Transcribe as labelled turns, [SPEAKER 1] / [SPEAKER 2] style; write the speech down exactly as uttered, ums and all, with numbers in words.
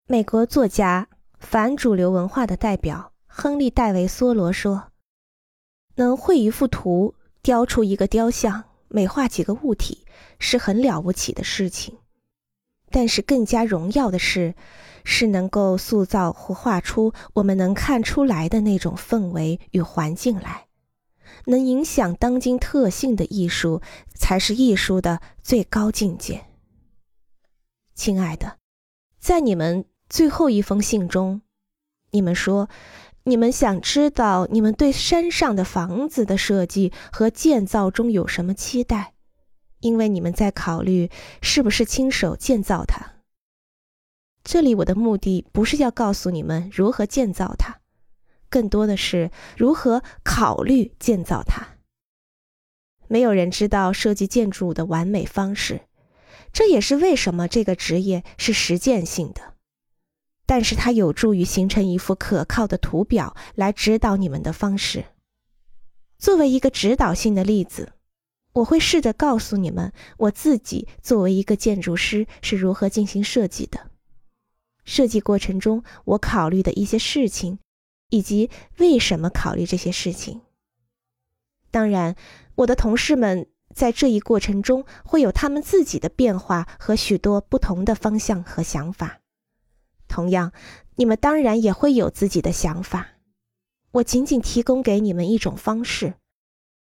[SPEAKER 1] 美国作家、反主流文化的代表亨利·戴维·梭罗说，能绘一幅图，雕出一个雕像，美化几个物体，是很了不起的事情。但是更加荣耀的是，是能够塑造或画出我们能看出来的那种氛围与环境来。能影响当今特性的艺术，才是艺术的最高境界。亲爱的，在你们最后一封信中，你们说，你们想知道你们对山上的房子的设计和建造中有什么期待，因为你们在考虑是不是亲手建造它。这里我的目的不是要告诉你们如何建造它，更多的是如何考虑建造它。没有人知道设计建筑的完美方式，这也是为什么这个职业是实践性的。但是它有助于形成一幅可靠的图表来指导你们的方式。作为一个指导性的例子，我会试着告诉你们我自己作为一个建筑师是如何进行设计的。设计过程中我考虑的一些事情，以及为什么考虑这些事情。当然，我的同事们在这一过程中会有他们自己的变化和许多不同的方向和想法。同样，你们当然也会有自己的想法。我仅仅提供给你们一种方式，